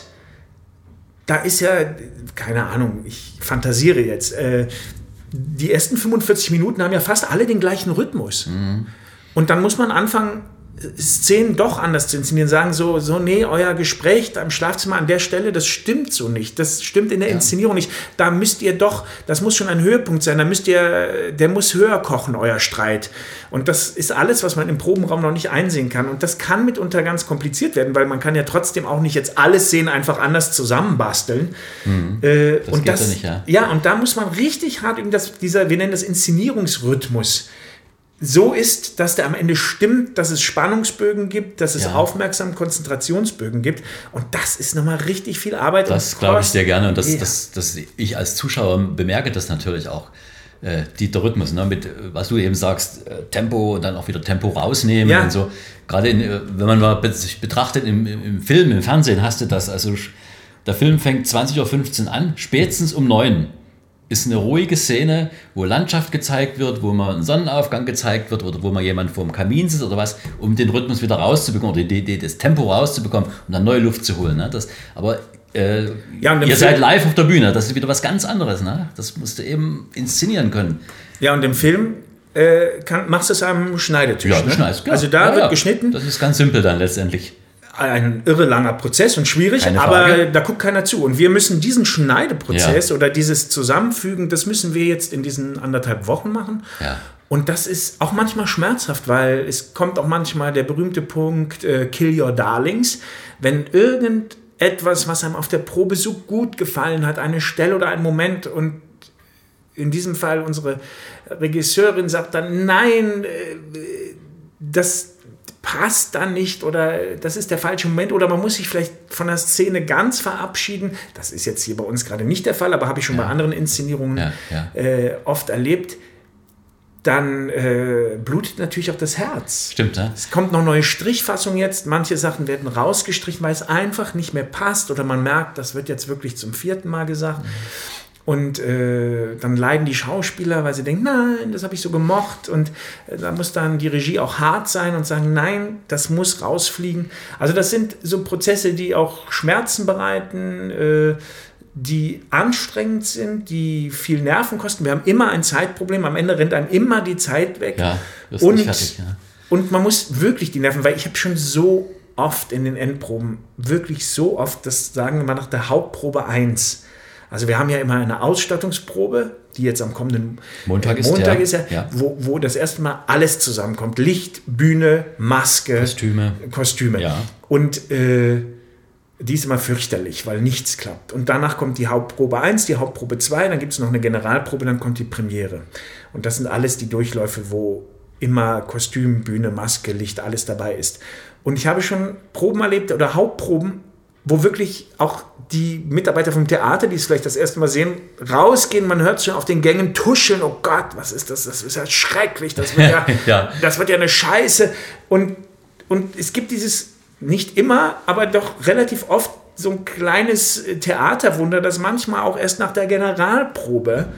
da ist ja, keine Ahnung, ich fantasiere jetzt, äh, die ersten fünfundvierzig Minuten haben ja fast alle den gleichen Rhythmus. Mhm. Und dann muss man anfangen, Szenen doch anders zu inszenieren, sagen so, so, nee, euer Gespräch da im Schlafzimmer an der Stelle, das stimmt so nicht, das stimmt in der ja. Inszenierung nicht, da müsst ihr doch, das muss schon ein Höhepunkt sein, da müsst ihr, der muss höher kochen, euer Streit. Und das ist alles, was man im Probenraum noch nicht einsehen kann und das kann mitunter ganz kompliziert werden, weil man kann ja trotzdem auch nicht jetzt alle Szenen einfach anders zusammenbasteln. Mhm. Äh, das und geht das, ja nicht, ja. Ja, und da muss man richtig hart üben, dass dieser, wir nennen das Inszenierungsrhythmus, so ist, dass der am Ende stimmt, dass es Spannungsbögen gibt, dass es ja. Aufmerksam Konzentrationsbögen gibt. Und das ist nochmal richtig viel Arbeit. Das glaube ich sehr gerne. Und das, ja. das, das, ich als Zuschauer bemerke das natürlich auch. Äh, die, der Rhythmus, ne? Mit, was du eben sagst, äh, Tempo und dann auch wieder Tempo rausnehmen ja. und so. Gerade in, wenn man mal sich betrachtet im, im Film, im Fernsehen, hast du das. Also der Film fängt zwanzig Uhr fünfzehn an, spätestens um neun. Ist eine ruhige Szene, wo Landschaft gezeigt wird, wo mal ein Sonnenaufgang gezeigt wird oder wo mal jemand vor dem Kamin sitzt oder was, um den Rhythmus wieder rauszubekommen oder die Idee, das Tempo rauszubekommen, um dann neue Luft zu holen. Ne? Das, aber äh, ja, ihr seid live auf der Bühne, das ist wieder was ganz anderes. Ne? Das musst du eben inszenieren können. Ja, und im Film äh, kann, machst du es am Schneidetisch. Ja, du ne? schneidest, klar. Also da ja, wird ja. geschnitten. Das ist ganz simpel dann letztendlich. Ein irre langer Prozess und schwierig, aber da guckt keiner zu. Und wir müssen diesen Schneideprozess ja. oder dieses Zusammenfügen, das müssen wir jetzt in diesen anderthalb Wochen machen. Ja. Und das ist auch manchmal schmerzhaft, weil es kommt auch manchmal der berühmte Punkt, äh, kill your darlings. Wenn irgendetwas, was einem auf der Probe so gut gefallen hat, eine Stelle oder ein Moment und in diesem Fall unsere Regisseurin sagt dann, nein, äh, das passt dann nicht oder das ist der falsche Moment oder man muss sich vielleicht von der Szene ganz verabschieden. Das ist jetzt hier bei uns gerade nicht der Fall, aber habe ich schon ja. bei anderen Inszenierungen ja, ja. Äh, oft erlebt. Dann äh, blutet natürlich auch das Herz. Stimmt, ja. Es kommt noch neue Strichfassung jetzt. Manche Sachen werden rausgestrichen, weil es einfach nicht mehr passt oder man merkt, das wird jetzt wirklich zum vierten Mal gesagt. Mhm. Und äh, dann leiden die Schauspieler, weil sie denken, nein, das habe ich so gemocht. Und äh, da muss dann die Regie auch hart sein und sagen, nein, das muss rausfliegen. Also das sind so Prozesse, die auch Schmerzen bereiten, äh, die anstrengend sind, die viel Nerven kosten. Wir haben immer ein Zeitproblem. Am Ende rennt einem immer die Zeit weg. Ja, das ist und, nicht fertig, ja. Und man muss wirklich die Nerven, weil ich habe schon so oft in den Endproben, wirklich so oft, das sagen wir mal nach der Hauptprobe eins, also wir haben ja immer eine Ausstattungsprobe, die jetzt am kommenden Montag ist, Montag ja. ist ja, ja. Wo, wo das erste Mal alles zusammenkommt. Licht, Bühne, Maske, Kostüme. Kostüme. Ja. Und äh, die ist immer fürchterlich, weil nichts klappt. Und danach kommt die Hauptprobe eins, die Hauptprobe zwei, dann gibt es noch eine Generalprobe, dann kommt die Premiere. Und das sind alles die Durchläufe, wo immer Kostüm, Bühne, Maske, Licht, alles dabei ist. Und ich habe schon Proben erlebt oder Hauptproben, wo wirklich auch die Mitarbeiter vom Theater, die es vielleicht das erste Mal sehen, rausgehen, man hört schon auf den Gängen tuscheln, oh Gott, was ist das, das ist ja schrecklich, das wird ja, ja. das wird ja eine Scheiße. Und, und es gibt dieses, nicht immer, aber doch relativ oft so ein kleines Theaterwunder, dass manchmal auch erst nach der Generalprobe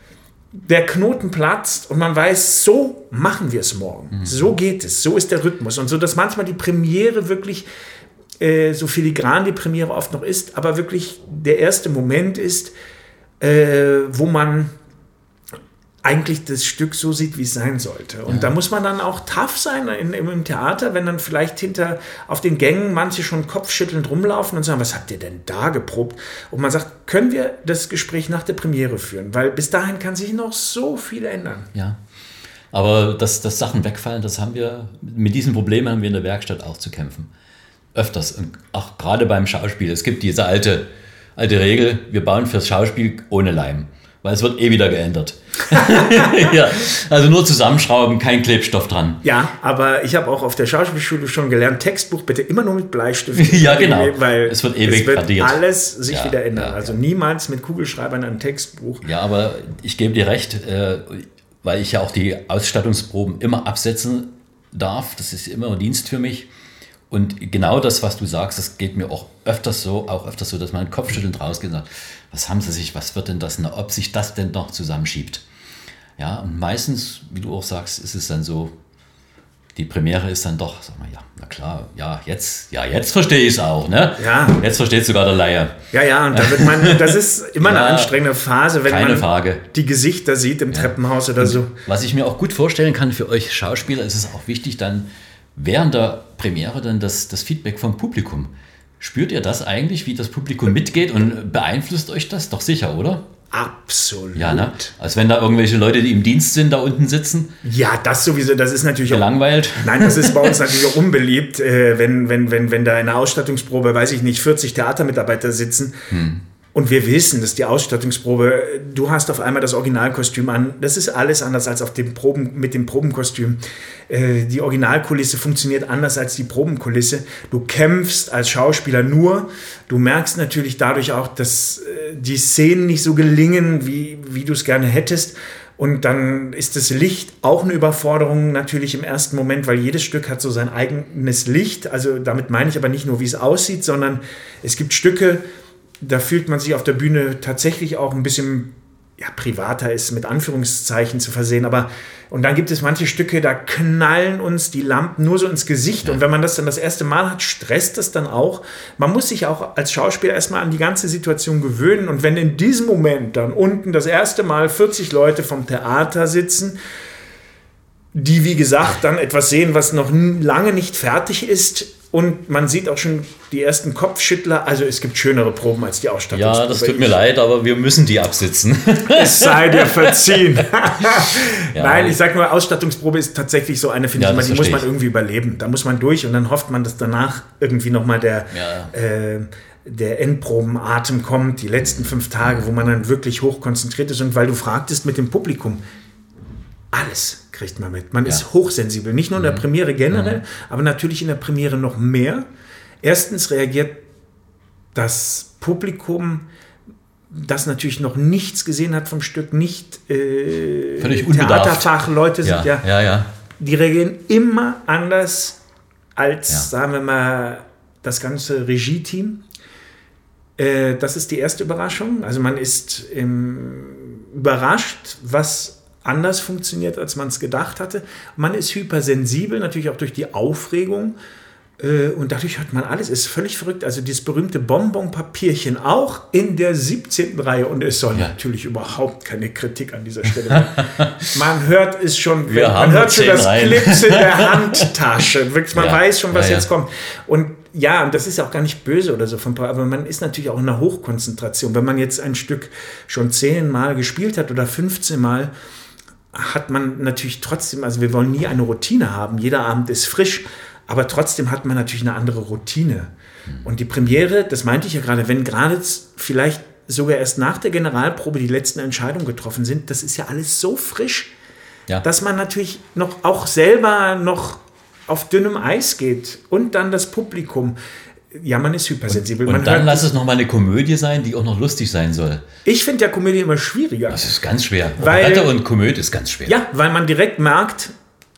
der Knoten platzt und man weiß, so machen wir es morgen. Mhm. So geht es, so ist der Rhythmus. Und so, dass manchmal die Premiere wirklich, äh, so filigran die Premiere oft noch ist, aber wirklich der erste Moment ist, äh, wo man eigentlich das Stück so sieht, wie es sein sollte. Und ja. da muss man dann auch tough sein in, im Theater, wenn dann vielleicht hinter auf den Gängen manche schon kopfschüttelnd rumlaufen und sagen, was habt ihr denn da geprobt? Und man sagt, können wir das Gespräch nach der Premiere führen? Weil bis dahin kann sich noch so viel ändern. Ja, aber dass, dass Sachen wegfallen, das haben wir, mit diesen Problemen haben wir in der Werkstatt auch zu kämpfen. Öfters, und auch gerade beim Schauspiel. Es gibt diese alte, alte Regel, wir bauen fürs Schauspiel ohne Leim. Weil es wird eh wieder geändert. ja, also nur zusammenschrauben, kein Klebstoff dran. Ja, aber ich habe auch auf der Schauspielschule schon gelernt, Textbuch bitte immer nur mit Bleistift. ja, genau. Weil es wird ewig es wird radiert. alles sich ja, wieder ändern. Ja, also ja. niemals mit Kugelschreibern ein Textbuch. Ja, aber ich gebe dir recht, äh, weil ich ja auch die Ausstattungsproben immer absetzen darf. Das ist immer ein Dienst für mich. Und genau das, was du sagst, das geht mir auch öfters so, auch öfters so, dass mein Kopfschüttelnd rausgeht und sagt, was haben sie sich, was wird denn das, na, ob sich das denn noch zusammenschiebt. Ja, und meistens, wie du auch sagst, ist es dann so, die Premiere ist dann doch, sag mal, ja, na klar, ja, jetzt, ja, jetzt verstehe ich es auch, ne? Ja. Jetzt versteht sogar der Laie. Ja, ja, und da wird man, das ist immer ja, eine anstrengende Phase, wenn keine man Frage. die Gesichter sieht im ja. Treppenhaus oder und so. Was ich mir auch gut vorstellen kann für euch Schauspieler, ist es auch wichtig, dann während der Premiere dann das, das Feedback vom Publikum. Spürt ihr das eigentlich, wie das Publikum mitgeht und beeinflusst euch das? Doch sicher, oder? Absolut. Ja, ne? Als wenn da irgendwelche Leute, die im Dienst sind, da unten sitzen. Ja, das sowieso, das ist natürlich auch... Gelangweilt. Nein, das ist bei uns natürlich auch unbeliebt, äh, wenn, wenn, wenn, wenn da in der Ausstattungsprobe, weiß ich nicht, vierzig Theatermitarbeiter sitzen. Hm. Und wir wissen, dass die Ausstattungsprobe, du hast auf einmal das Originalkostüm an, das ist alles anders als auf dem Proben, mit dem Probenkostüm. Äh, die Originalkulisse funktioniert anders als die Probenkulisse. Du kämpfst als Schauspieler nur, du merkst natürlich dadurch auch, dass äh, die Szenen nicht so gelingen, wie, wie du es gerne hättest. Und dann ist das Licht auch eine Überforderung natürlich im ersten Moment, weil jedes Stück hat so sein eigenes Licht. Also damit meine ich aber nicht nur, wie es aussieht, sondern es gibt Stücke, da fühlt man sich auf der Bühne tatsächlich auch ein bisschen ja, privater, ist mit Anführungszeichen zu versehen. Aber und dann gibt es manche Stücke, da knallen uns die Lampen nur so ins Gesicht. Ja. Und wenn man das dann das erste Mal hat, stresst das dann auch. Man muss sich auch als Schauspieler erstmal an die ganze Situation gewöhnen. Und wenn in diesem Moment dann unten das erste Mal vierzig Leute vom Theater sitzen, die, wie gesagt, dann etwas sehen, was noch lange nicht fertig ist, und man sieht auch schon die ersten Kopfschüttler. Also es gibt schönere Proben als die Ausstattungsprobe. Ja, das tut mir leid, aber wir müssen die absitzen. Es sei dir verziehen. ja, Nein, ich sag nur, Ausstattungsprobe ist tatsächlich so eine, finde ja, ich immer, die muss man ich. irgendwie überleben. Da muss man durch und dann hofft man, dass danach irgendwie nochmal der, ja. äh, der Endprobenatem kommt, die letzten fünf Tage, wo man dann wirklich hoch konzentriert ist. Und weil du fragtest mit dem Publikum, alles kriegt man mit. Man ja. ist hochsensibel, nicht nur in der Premiere generell, mhm. aber natürlich in der Premiere noch mehr. Erstens reagiert das Publikum, das natürlich noch nichts gesehen hat vom Stück, nicht äh, Theaterfachleute sind, ja, ja, ja. die reagieren immer anders als, ja. sagen wir mal, das ganze Regie-Team. Äh, das ist die erste Überraschung. Also man ist ähm, überrascht, was anders funktioniert, als man es gedacht hatte. Man ist hypersensibel, natürlich auch durch die Aufregung. Äh, und dadurch hört man alles. Ist völlig verrückt. Also dieses berühmte Bonbonpapierchen auch in der siebzehnten Reihe. Und es soll ja. natürlich überhaupt keine Kritik an dieser Stelle sein. Man hört es schon, Wir man hört schon das Reihen. Klipsen der Handtasche. Wirklich, man ja. weiß schon, was ja, ja. jetzt kommt. Und ja, und das ist auch gar nicht böse oder so, aber man ist natürlich auch in einer Hochkonzentration. Wenn man jetzt ein Stück schon zehnmal gespielt hat oder fünfzehn Mal, hat man natürlich trotzdem, also wir wollen nie eine Routine haben, jeder Abend ist frisch, aber trotzdem hat man natürlich eine andere Routine. Und die Premiere, das meinte ich ja gerade, wenn gerade vielleicht sogar erst nach der Generalprobe die letzten Entscheidungen getroffen sind, das ist ja alles so frisch, ja. dass man natürlich noch auch selber noch auf dünnem Eis geht und dann das Publikum. Ja, man ist hypersensibel. Und, man und dann hört, lass es noch mal eine Komödie sein, die auch noch lustig sein soll. Ich finde ja Komödie immer schwieriger. Das ist ganz schwer. Weil, Operette und Komödie ist ganz schwer. Ja, weil man direkt merkt,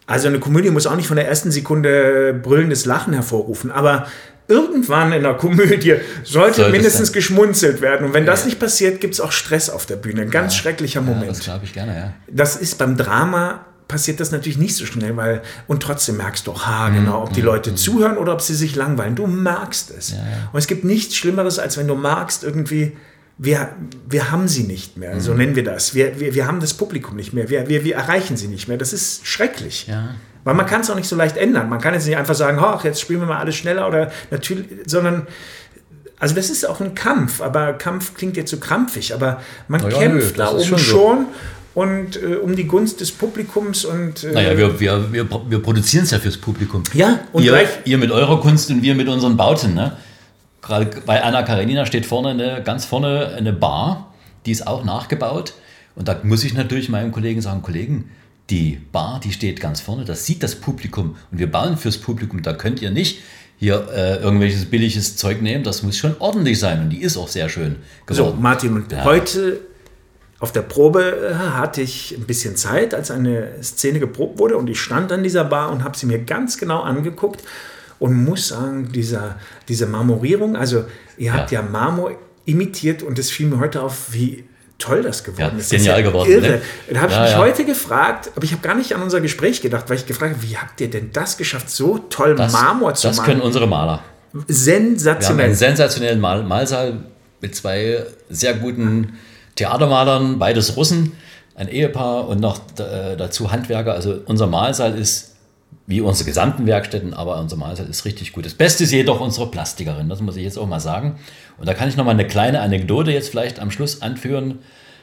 Also eine Komödie muss auch nicht von der ersten Sekunde brüllendes Lachen hervorrufen, aber irgendwann in der Komödie sollte, sollte mindestens geschmunzelt werden. Und wenn ja, das nicht passiert, gibt es auch Stress auf der Bühne. Ein ganz ja, schrecklicher Moment. Ja, das glaube ich gerne, ja. Das ist beim Drama, passiert das natürlich nicht so schnell, weil und trotzdem merkst du, ha, genau, ob die Leute mm, zuhören oder ob sie sich langweilen. Du merkst es. Ja, ja. Und es gibt nichts Schlimmeres, als wenn du magst, irgendwie, wir, wir haben sie nicht mehr, mm. so nennen wir das. Wir, wir, wir haben das Publikum nicht mehr, wir, wir, wir erreichen sie nicht mehr. Das ist schrecklich. Ja. Weil man kann es auch nicht so leicht ändern. Man kann jetzt nicht einfach sagen, ach, jetzt spielen wir mal alles schneller oder natürlich, sondern, also das ist auch ein Kampf, aber Kampf klingt jetzt so krampfig, aber man ja, kämpft nö, da oben schon, schon so. und äh, um die Gunst des Publikums und... Äh, naja, wir, wir, wir, wir produzieren es ja fürs Publikum. Ja, und ihr, gleich, ihr mit eurer Kunst und wir mit unseren Bauten, ne? Gerade bei Anna Karenina steht vorne, eine, ganz vorne eine Bar, die ist auch nachgebaut und da muss ich natürlich meinem Kollegen sagen, Kollegen, die Bar, die steht ganz vorne, das sieht das Publikum und wir bauen fürs Publikum, da könnt ihr nicht hier äh, irgendwelches billiges Zeug nehmen, das muss schon ordentlich sein und die ist auch sehr schön geworden. So, Martin, und ja. heute auf der Probe hatte ich ein bisschen Zeit, als eine Szene geprobt wurde und ich stand an dieser Bar und habe sie mir ganz genau angeguckt und muss sagen, dieser, diese Marmorierung, also ihr habt ja, ja Marmor imitiert und es fiel mir heute auf, wie toll das geworden ja, ist. Genial das ist ja geworden. Irre. Ne? Da habe ich ja, mich ja. heute gefragt, aber ich habe gar nicht an unser Gespräch gedacht, weil ich gefragt habe, wie habt ihr denn das geschafft, so toll das, Marmor zu das malen? Das können unsere Maler. Sensationell. Wir haben einen sensationellen Mal- Malsaal mit zwei sehr guten Theatermalern, beides Russen, ein Ehepaar und noch äh, dazu Handwerker. Also unser Malsaal ist wie unsere gesamten Werkstätten, aber unser Malsaal ist richtig gut. Das Beste ist jedoch unsere Plastikerin, das muss ich jetzt auch mal sagen. Und da kann ich noch mal eine kleine Anekdote jetzt vielleicht am Schluss anführen.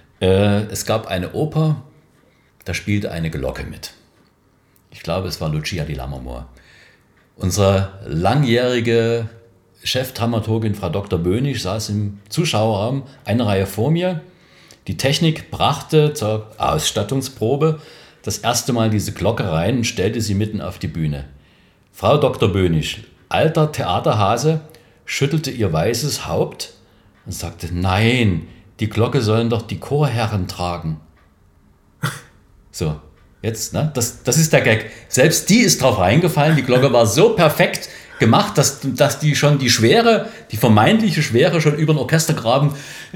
Äh, es gab eine Oper, da spielte eine Glocke mit. Ich glaube, es war Lucia di Lammermoor. Unsere langjährige Chefdramaturgin, Frau Doktor Bönig, saß im Zuschauerraum, eine Reihe vor mir. Die Technik brachte zur Ausstattungsprobe das erste Mal diese Glocke rein und stellte sie mitten auf die Bühne. Frau Doktor Bönig, alter Theaterhase, schüttelte ihr weißes Haupt und sagte, nein, die Glocke sollen doch die Chorherren tragen. So, jetzt, ne? Das, das ist der Gag. Selbst die ist drauf reingefallen, die Glocke war so perfekt gemacht, dass, dass die schon die Schwere, die vermeintliche Schwere schon über den Orchestergraben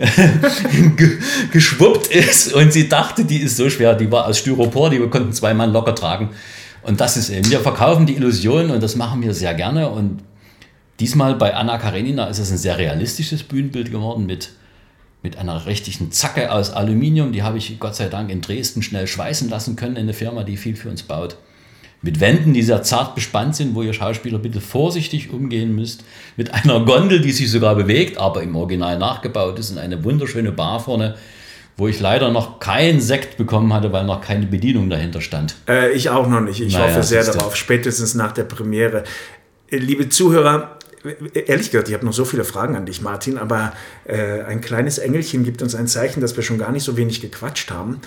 ge- geschwuppt ist und sie dachte, die ist so schwer, die war aus Styropor, die wir konnten zwei Mann locker tragen. Und das ist eben, wir verkaufen die Illusion und das machen wir sehr gerne und diesmal bei Anna Karenina ist es ein sehr realistisches Bühnenbild geworden mit, mit einer richtigen Zacke aus Aluminium, die habe ich Gott sei Dank in Dresden schnell schweißen lassen können in eine Firma, die viel für uns baut. Mit Wänden, die sehr zart bespannt sind, wo ihr Schauspieler bitte vorsichtig umgehen müsst. Mit einer Gondel, die sich sogar bewegt, aber im Original nachgebaut ist. Und eine wunderschöne Bar vorne, wo ich leider noch keinen Sekt bekommen hatte, weil noch keine Bedienung dahinter stand. Äh, ich auch noch nicht. Ich naja, hoffe sehr darauf, spätestens nach der Premiere. Äh, liebe Zuhörer, ehrlich gesagt, ich habe noch so viele Fragen an dich, Martin, aber äh, ein kleines Engelchen gibt uns ein Zeichen, dass wir schon gar nicht so wenig gequatscht haben.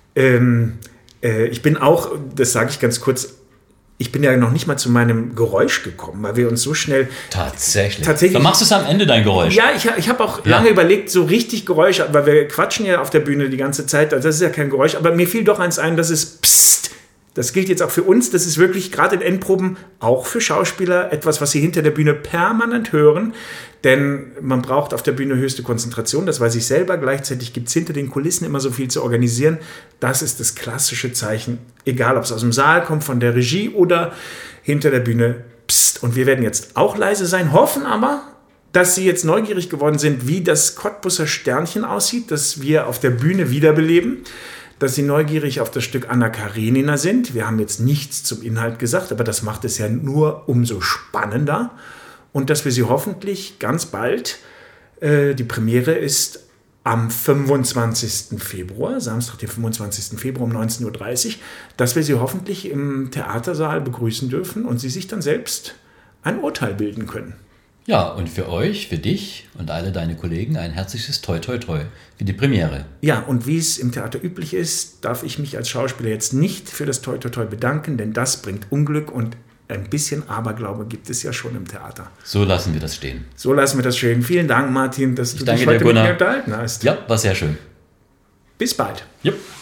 Ähm, äh, ich bin auch, das sage ich ganz kurz, ich bin ja noch nicht mal zu meinem Geräusch gekommen, weil wir uns so schnell... Tatsächlich. tatsächlich Dann machst du es am Ende, dein Geräusch. Ja, ich, ich habe auch ja. lange überlegt, so richtig Geräusch, weil wir quatschen ja auf der Bühne die ganze Zeit, also das ist ja kein Geräusch, aber mir fiel doch eins ein, das ist Psst. Das gilt jetzt auch für uns, das ist wirklich gerade in Endproben auch für Schauspieler etwas, was sie hinter der Bühne permanent hören, denn man braucht auf der Bühne höchste Konzentration, das weiß ich selber, gleichzeitig gibt es hinter den Kulissen immer so viel zu organisieren, das ist das klassische Zeichen, egal ob es aus dem Saal kommt, von der Regie oder hinter der Bühne, psst. Und wir werden jetzt auch leise sein, hoffen aber, dass Sie jetzt neugierig geworden sind, wie das Cottbuser Sternchen aussieht, das wir auf der Bühne wiederbeleben, dass Sie neugierig auf das Stück Anna Karenina sind. Wir haben jetzt nichts zum Inhalt gesagt, aber das macht es ja nur umso spannender. Und dass wir Sie hoffentlich ganz bald, äh, die Premiere ist am fünfundzwanzigsten Februar, Samstag, den fünfundzwanzigsten Februar um neunzehn Uhr dreißig, dass wir Sie hoffentlich im Theatersaal begrüßen dürfen und Sie sich dann selbst ein Urteil bilden können. Ja, und für euch, für dich und alle deine Kollegen ein herzliches Toi Toi Toi für die Premiere. Ja, und wie es im Theater üblich ist, darf ich mich als Schauspieler jetzt nicht für das Toi Toi Toi bedanken, denn das bringt Unglück und ein bisschen Aberglaube gibt es ja schon im Theater. So lassen wir das stehen. So lassen wir das stehen. Vielen Dank, Martin, dass du ich dich heute dir, mit mir unterhalten hast. Ja, war sehr schön. Bis bald. Yep.